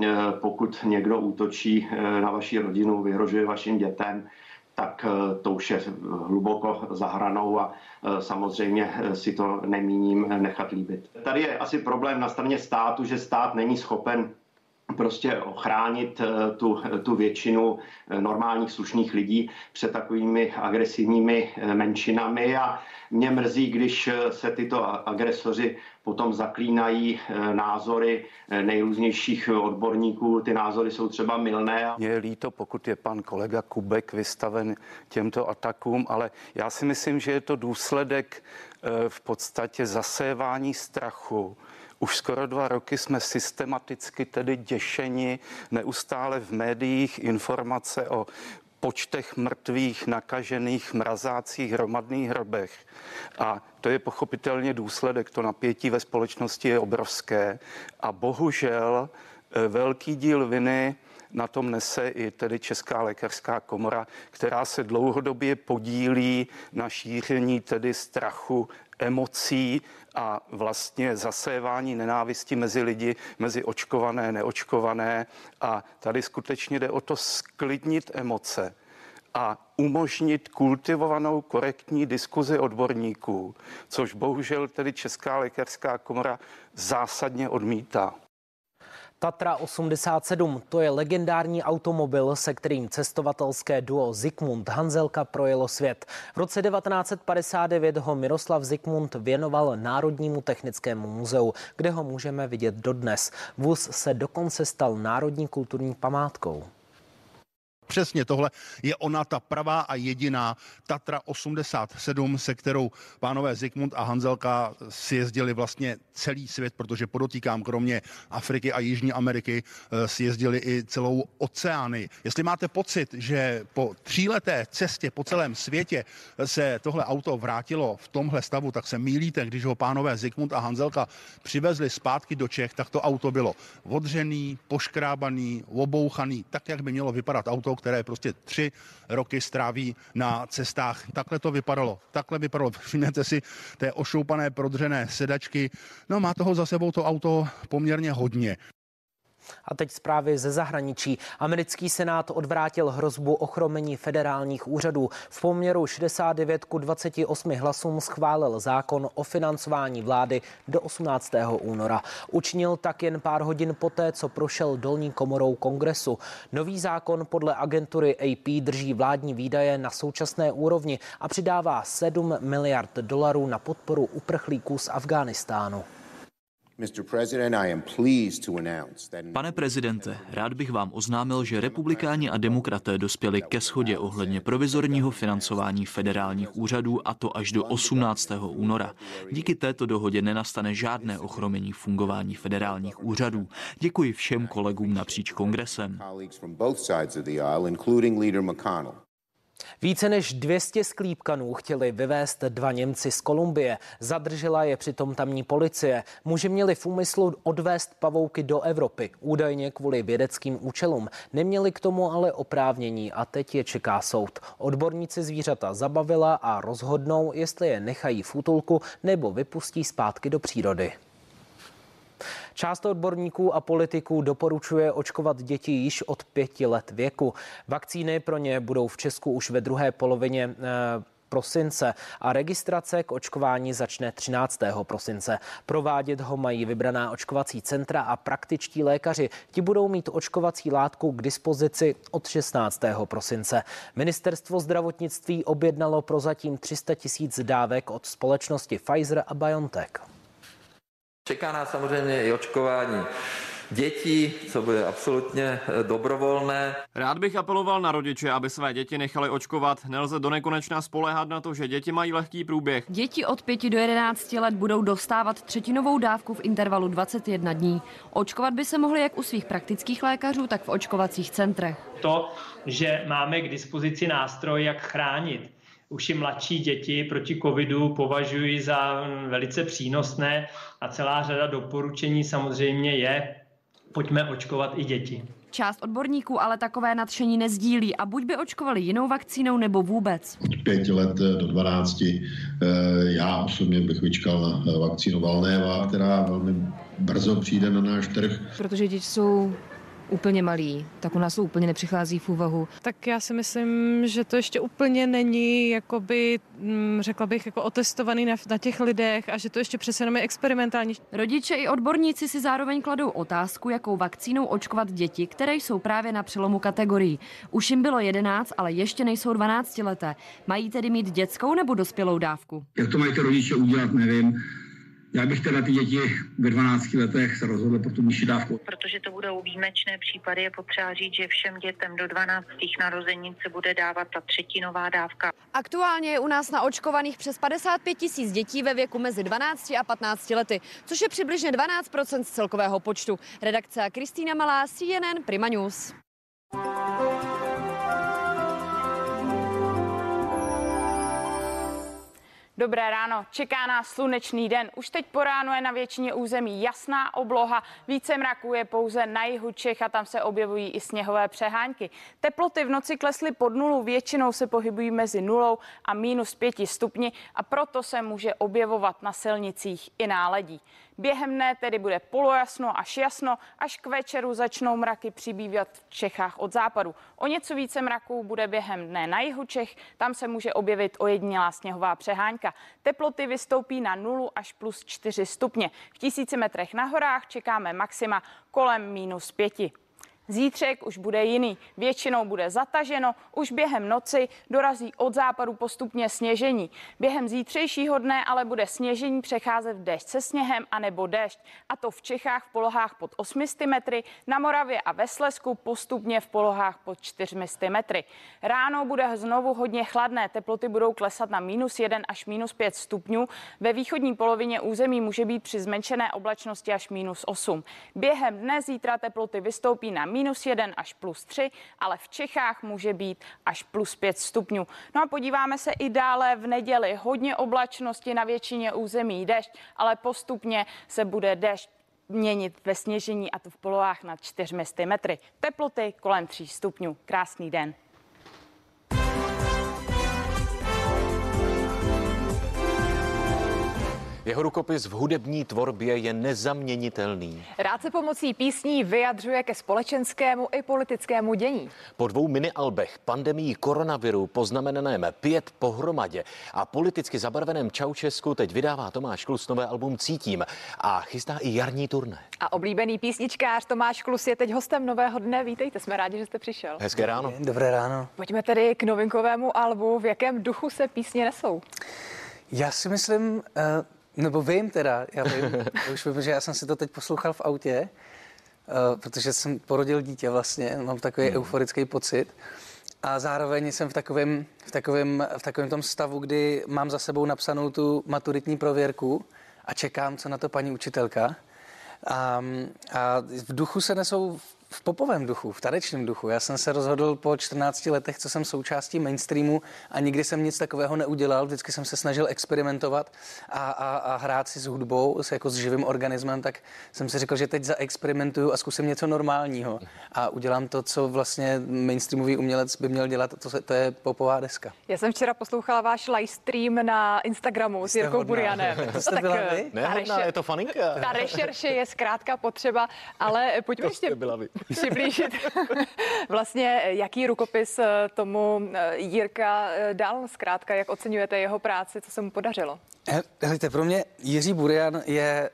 pokud někdo útočí na vaši rodinu, vyhrožuje vašim dětem, tak to už je hluboko za hranou a samozřejmě si to nemíním nechat líbit. Tady je asi problém na straně státu, že stát není schopen prostě ochránit tu většinu normálních slušných lidí před takovými agresivními menšinami a mě mrzí, když se tyto agresoři potom zaklínají názory nejrůznějších odborníků. Ty názory jsou třeba mylné. Mně je líto, pokud je pan kolega Kubek vystaven těmto atakům, ale já si myslím, že je to důsledek v podstatě zasévání strachu. Už skoro 2 roky jsme systematicky tedy děšeni, neustále v médiích informace o počtech mrtvých, nakažených, mrazácích, hromadných hrobech. A to je pochopitelně důsledek. To napětí ve společnosti je obrovské. A bohužel velký díl viny na tom nese i tedy Česká lékařská komora, která se dlouhodobě podílí na šíření tedy strachu, emocí a vlastně zasévání nenávisti mezi lidi, mezi očkované, neočkované. A tady skutečně jde o to sklidnit emoce a umožnit kultivovanou korektní diskuzi odborníků, což bohužel tedy Česká lékařská komora zásadně odmítá. Tatra 87, to je legendární automobil, se kterým cestovatelské duo Zikmund Hanzelka projelo svět. V roce 1959 ho Miroslav Zikmund věnoval Národnímu technickému muzeu, kde ho můžeme vidět dodnes. Vůz se dokonce stal národní kulturní památkou. Přesně tohle je ona, ta pravá a jediná Tatra 87, se kterou pánové Zikmund a Hanzelka si jezdili vlastně celý svět, protože podotýkám, kromě Afriky a Jižní Ameriky si jezdili i celou oceány. Jestli máte pocit, že po 3leté cestě po celém světě se tohle auto vrátilo v tomhle stavu, tak se mýlíte. Když ho pánové Zikmund a Hanzelka přivezli zpátky do Čech, tak to auto bylo odřený, poškrábaný, obouchaný, tak, jak by mělo vypadat auto, které prostě 3 roky stráví na cestách. Takhle to vypadalo. Všimněte si té ošoupané, prodřené sedačky. No, má toho za sebou to auto poměrně hodně. A teď zprávy ze zahraničí. Americký senát odvrátil hrozbu ochromení federálních úřadů. V poměru 69-28 hlasům schválil zákon o financování vlády do 18. února. Učinil tak jen pár hodin poté, co prošel dolní komorou kongresu. Nový zákon podle agentury AP drží vládní výdaje na současné úrovni a přidává $7 miliard na podporu uprchlíků z Afghánistánu. Pane prezidente, rád bych vám oznámil, že republikáni a demokraté dospěli ke shodě ohledně provizorního financování federálních úřadů, a to až do 18. února. Díky této dohodě nenastane žádné ochromení fungování federálních úřadů. Děkuji všem kolegům napříč kongresem. Více než 200 sklípkanů chtěli vyvést 2 Němci z Kolumbie. Zadržela je přitom tamní policie. Muži měli v úmyslu odvést pavouky do Evropy, údajně kvůli vědeckým účelům. Neměli k tomu ale oprávnění a teď je čeká soud. Odborníci zvířata zabavila a rozhodnou, jestli je nechají v útulku nebo vypustí zpátky do přírody. Část odborníků a politiků doporučuje očkovat děti již od 5 let věku. Vakcíny pro ně budou v Česku už ve druhé polovině prosince a registrace k očkování začne 13. prosince. Provádět ho mají vybraná očkovací centra a praktičtí lékaři. Ti budou mít očkovací látku k dispozici od 16. prosince. Ministerstvo zdravotnictví objednalo prozatím 300 000 dávek od společnosti Pfizer a BioNTech. Čeká nás samozřejmě i očkování dětí, co bude absolutně dobrovolné. Rád bych apeloval na rodiče, aby své děti nechali očkovat. Nelze donekonečna spoléhat na to, že děti mají lehký průběh. Děti od 5 do 11 let budou dostávat 3. dávku v intervalu 21 dní. Očkovat by se mohli jak u svých praktických lékařů, tak v očkovacích centrech. To, že máme k dispozici nástroj, jak chránit už i mladší děti proti covidu, považuji za velice přínosné a celá řada doporučení samozřejmě je, pojďme očkovat i děti. Část odborníků ale takové nadšení nezdílí a buď by očkovali jinou vakcínou nebo vůbec. Od 5 let do 12 já osobně bych vyčkal na vakcínu Valneva, která velmi brzo přijde na náš trh. Protože děti jsou úplně malí, tak u nás to úplně nepřichází v úvahu. Tak já si myslím, že to ještě úplně není, jakoby, řekla bych, jako otestovaný na těch lidech a že to ještě přece jenom je experimentální. Rodiče i odborníci si zároveň kladou otázku, jakou vakcínou očkovat děti, které jsou právě na přelomu kategorií. Už jim bylo 11, ale ještě nejsou 12leté. Mají tedy mít dětskou nebo dospělou dávku? Jak to mají ty rodiče udělat, nevím. Já bych teda ty děti ve 12 letech se rozhodl pro tu nižší dávku. Protože to budou výjimečné případy, je potřeba říct, že všem dětem do 12. narozenin se bude dávat ta 3. dávka. Aktuálně je u nás naočkovaných přes 55 000 dětí ve věku mezi 12 a 15 lety, což je přibližně 12% z celkového počtu. Redakce Kristýna Malá, CNN Prima News. Dobré ráno, čeká nás slunečný den. Už teď po ránu je na většině území jasná obloha, více mraků je pouze na jihu Čech a tam se objevují i sněhové přehánky. Teploty v noci klesly pod nulu, většinou se pohybují mezi 0 a -5 stupni a proto se může objevovat na silnicích i náledí. Během dne tedy bude polojasno až jasno, až k večeru začnou mraky přibývat v Čechách od západu. O něco více mraků bude během dne na jihu Čech, tam se může objevit ojedinělá sněhová přehánka. Česka. Teploty vystoupí na 0 až +4 stupně. V 1000 metrech na horách čekáme maxima kolem -5. Zítřek už bude jiný. Většinou bude zataženo, už během noci dorazí od západu postupně sněžení. Během zítřejšího dne ale bude sněžení přecházet v déšť se sněhem anebo déšť. A to v Čechách v polohách pod 800 metry, na Moravě a ve Slezsku postupně v polohách pod 400 metry. Ráno bude znovu hodně chladné, teploty budou klesat na -1 až -5 stupňů. Ve východní polovině území může být při zmenšené oblačnosti až -8. Během dne zítra teploty vystoupí na -1 až +3, ale v Čechách může být až +5 stupňů. No a podíváme se i dále v neděli. Hodně oblačnosti na většině území, déšť, ale postupně se bude déšť měnit ve sněžení a to v polohách nad 400 metry. Teploty kolem 3 stupňů. Krásný den. Jeho rukopis v hudební tvorbě je nezaměnitelný. Rád se pomocí písní vyjadřuje ke společenskému i politickému dění. Po 2 minialbech pandemii koronaviru poznamenaném 5 pohromadě a politicky zabarveném Čaučesku teď vydává Tomáš Klus nové album Cítím a chystá i jarní turné. A oblíbený písničkář Tomáš Klus je teď hostem Nového dne. Vítejte, jsme rádi, že jste přišel. Hezké ráno. Dobré ráno. Pojďme tedy k novinkovému albu. V jakém duchu se písně nesou? Já si myslím, nebo vím teda, já už vím, že já jsem si to teď poslouchal v autě, protože jsem porodil dítě vlastně, mám takový euforický pocit. A zároveň jsem v takovém tom stavu, kdy mám za sebou napsanou tu maturitní prověrku a čekám, co na to paní učitelka. A v duchu se nesou v popovém duchu, v tanečním duchu. Já jsem se rozhodl po 14 letech, co jsem součástí mainstreamu a nikdy jsem nic takového neudělal. Vždycky jsem se snažil experimentovat a hrát si s hudbou, jako s živým organismem, tak jsem si řekl, že teď zaexperimentuju a zkusím něco normálního. A udělám to, co vlastně mainstreamový umělec by měl dělat, to je popová deska. Já jsem včera poslouchala váš livestream na Instagramu s Jirkou Burianem. To jste byla vy? Nehodná, je to faninka. Ta rešerše je zkrátka potřeba, ale pojďme ještě přiblížit vlastně, jaký rukopis tomu Jirka dal, zkrátka, jak oceňujete jeho práci, co se mu podařilo? Helejte, pro mě Jiří Burian je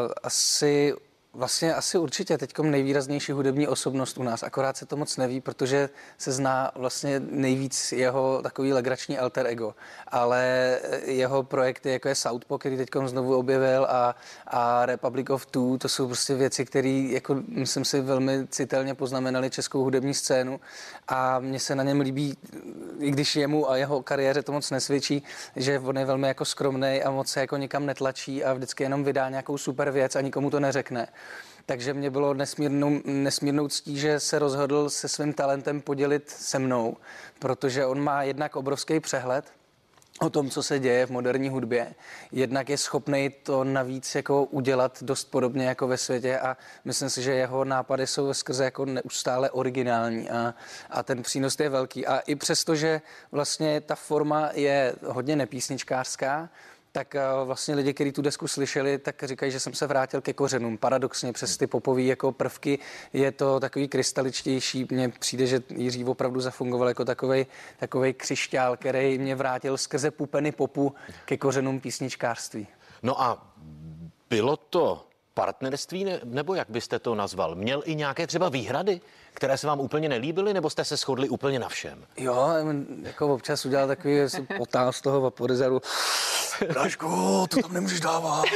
asi určitě teďkom nejvýraznější hudební osobnost u nás, akorát se to moc neví, protože se zná vlastně nejvíc jeho takový legrační alter ego, ale jeho projekty, jako je Southpaw, který teďkom znovu objevil a Republic of Two, to jsou prostě věci, které, jako myslím si, velmi citelně poznamenaly českou hudební scénu a mně se na něm líbí, i když jemu a jeho kariéře to moc nesvědčí, že on je velmi jako skromnej a moc se jako nikam netlačí a vždycky jenom vydá nějakou super věc a nikomu to neřekne. Takže mě bylo nesmírnou ctí, že se rozhodl se svým talentem podělit se mnou, protože on má jednak obrovský přehled o tom, co se děje v moderní hudbě. Jednak je schopný to navíc jako udělat dost podobně jako ve světě a myslím si, že jeho nápady jsou skrze jako neustále originální a ten přínos je velký. A i přesto, že vlastně ta forma je hodně nepísničkářská, tak vlastně lidi, kteří tu desku slyšeli, tak říkají, že jsem se vrátil ke kořenům. Paradoxně přes ty popové jako prvky je to takový krystaličtější. Mně přijde, že Jiří opravdu zafungoval jako takovej křišťál, který mě vrátil skrze pupeny popu ke kořenům písničkářství. No a bylo to partnerství, nebo jak byste to nazval? Měl i nějaké třeba výhrady, které se vám úplně nelíbily, nebo jste se shodli úplně na všem? Jo, jako občas udělal takový potáz z toho vaporizeru. Bráško, to tam nemůžeš dávat.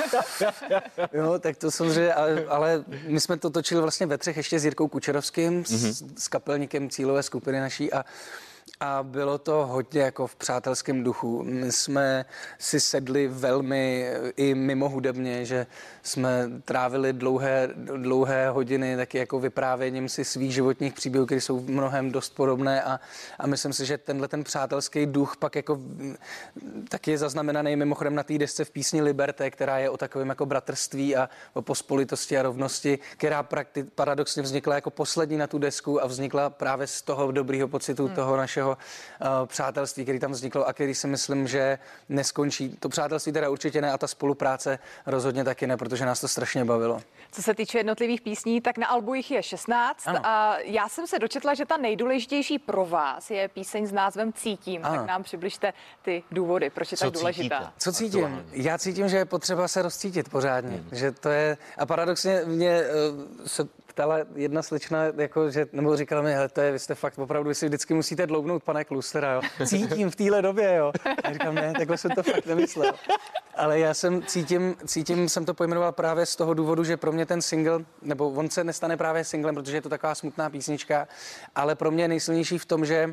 Jo, tak to samozřejmě, ale my jsme to točili vlastně ve třech ještě s Jirkou Kučerovským, s kapelníkem cílové skupiny naší a bylo to hodně jako v přátelském duchu. My jsme si sedli velmi i mimo hudebně, že jsme trávili dlouhé hodiny taky jako vyprávěním si svých životních příběhů, které jsou v mnohem dost podobné a myslím si, že tenhle ten přátelský duch pak jako taky je zaznamenaný mimochodem na té desce v písni Liberté, která je o takovém jako bratrství a o pospolitosti a rovnosti, která paradoxně vznikla jako poslední na tu desku a vznikla právě z toho dobrýho pocitu toho našeho našeho přátelství, který tam vzniklo a který si myslím, že neskončí. To přátelství teda určitě ne a ta spolupráce rozhodně taky ne, protože nás to strašně bavilo. Co se týče jednotlivých písní, tak na albu jich je 16 a já jsem se dočetla, že ta nejdůležitější pro vás je píseň s názvem Cítím. Tak nám přibližte ty důvody, proč je tak důležitá. Co cítím? Já cítím, že je potřeba se rozcítit pořádně, že to je a paradoxně mě se ptala jedna slečna, jako, že, nebo říkala mi, hele, vy jste fakt opravdu, vy si vždycky musíte dloubnout, pane Klustera, jo. Cítím v téhle době, jo. A říkám, ne, takhle jsem to fakt nemyslel. Ale já cítím, jsem to pojmenoval právě z toho důvodu, že pro mě ten single, nebo on se nestane právě singlem, protože je to taková smutná písnička, ale pro mě je nejsilnější v tom, že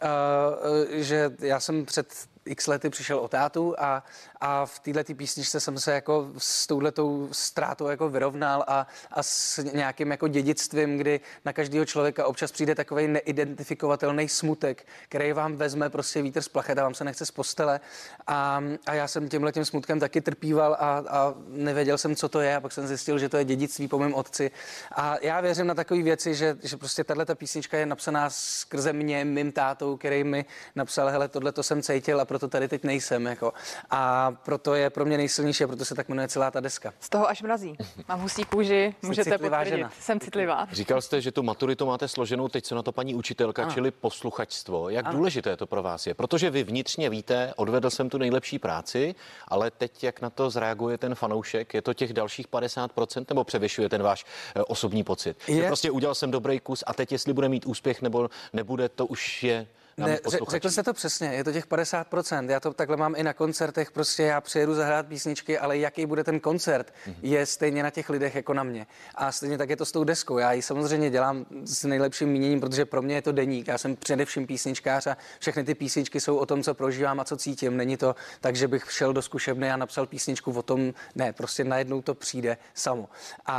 já jsem před x lety přišel o tátu a v této písničce jsem se jako s touhletou ztrátou jako vyrovnal a s nějakým jako dědictvím, kdy na každého člověka občas přijde takovej neidentifikovatelný smutek, který vám vezme prostě vítr z plachet a vám se nechce z postele a já jsem tímhletím smutkem taky trpíval a nevěděl jsem, co to je a pak jsem zjistil, že to je dědictví po mém otci a já věřím na takové věci, že prostě tato písnička je napsaná skrze mě, mým tátou, který mi napsal, hele, tohleto jsem cítil a proto tady teď nejsem, jako. A proto je pro mě nejsilnější a proto se tak jmenuje celá ta deska. Z toho až mrazí. Mám husí kůži, můžete potvrdit. Žena. Jsem citlivá. Říkal jste, že tu maturitu máte složenou, teď co na to paní učitelka, čili posluchačstvo. Jak důležité to pro vás je? Protože vy vnitřně víte, odvedl jsem tu nejlepší práci, ale teď jak na to zreaguje ten fanoušek, je to těch dalších 50% nebo převyšuje ten váš osobní pocit? Že prostě udělal jsem dobrý kus a teď jestli bude mít úspěch nebo nebude, to už je. Ne, řekl jste to přesně, je to těch 50%. Já to takhle mám i na koncertech, prostě já přijedu zahrát písničky, ale jaký bude ten koncert, je stejně na těch lidech jako na mě. A stejně tak je to s tou deskou. Já ji samozřejmě dělám s nejlepším míněním, protože pro mě je to deník. Já jsem především písničkář a všechny ty písničky jsou o tom, co prožívám a co cítím. Není to tak, že bych šel do zkušebny a napsal písničku o tom, ne, prostě najednou to přijde samo.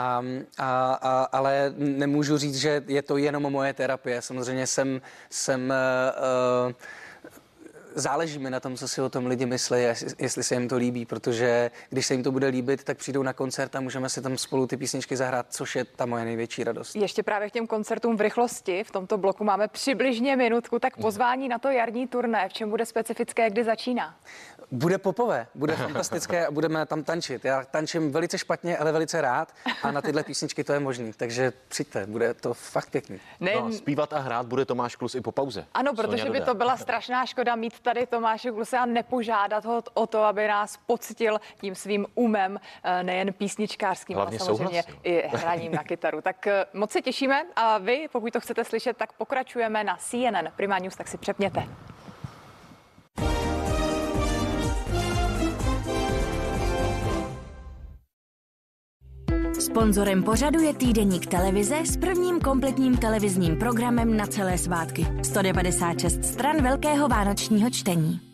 Ale nemůžu říct, že je to jenom moje terapie. Samozřejmě záleží mi na tom, co si o tom lidi myslí, jestli se jim to líbí, protože když se jim to bude líbit, tak přijdou na koncert a můžeme si tam spolu ty písničky zahrát, což je ta moje největší radost. Ještě právě k těm koncertům v rychlosti. V tomto bloku máme přibližně minutku, tak pozvání na to jarní turné, v čem bude specifické, kdy začíná? Bude popové, bude fantastické a budeme tam tančit. Já tančím velice špatně, ale velice rád a na tyhle písničky to je možný, takže přijďte, bude to fakt pěkný. No, zpívat a hrát bude Tomáš Klus i po pauze. Ano, protože by to byla strašná škoda mít tady Tomáše Kluse a nepožádat ho o to, aby nás poctil tím svým umem, nejen písničkářským, ale samozřejmě i hraním na kytaru. Tak moc se těšíme a vy, pokud to chcete slyšet, tak pokračujeme na CNN Prima News, tak si přepněte. Sponzorem pořadu je týdeník Televize s prvním kompletním televizním programem na celé svátky. 196 stran velkého vánočního čtení.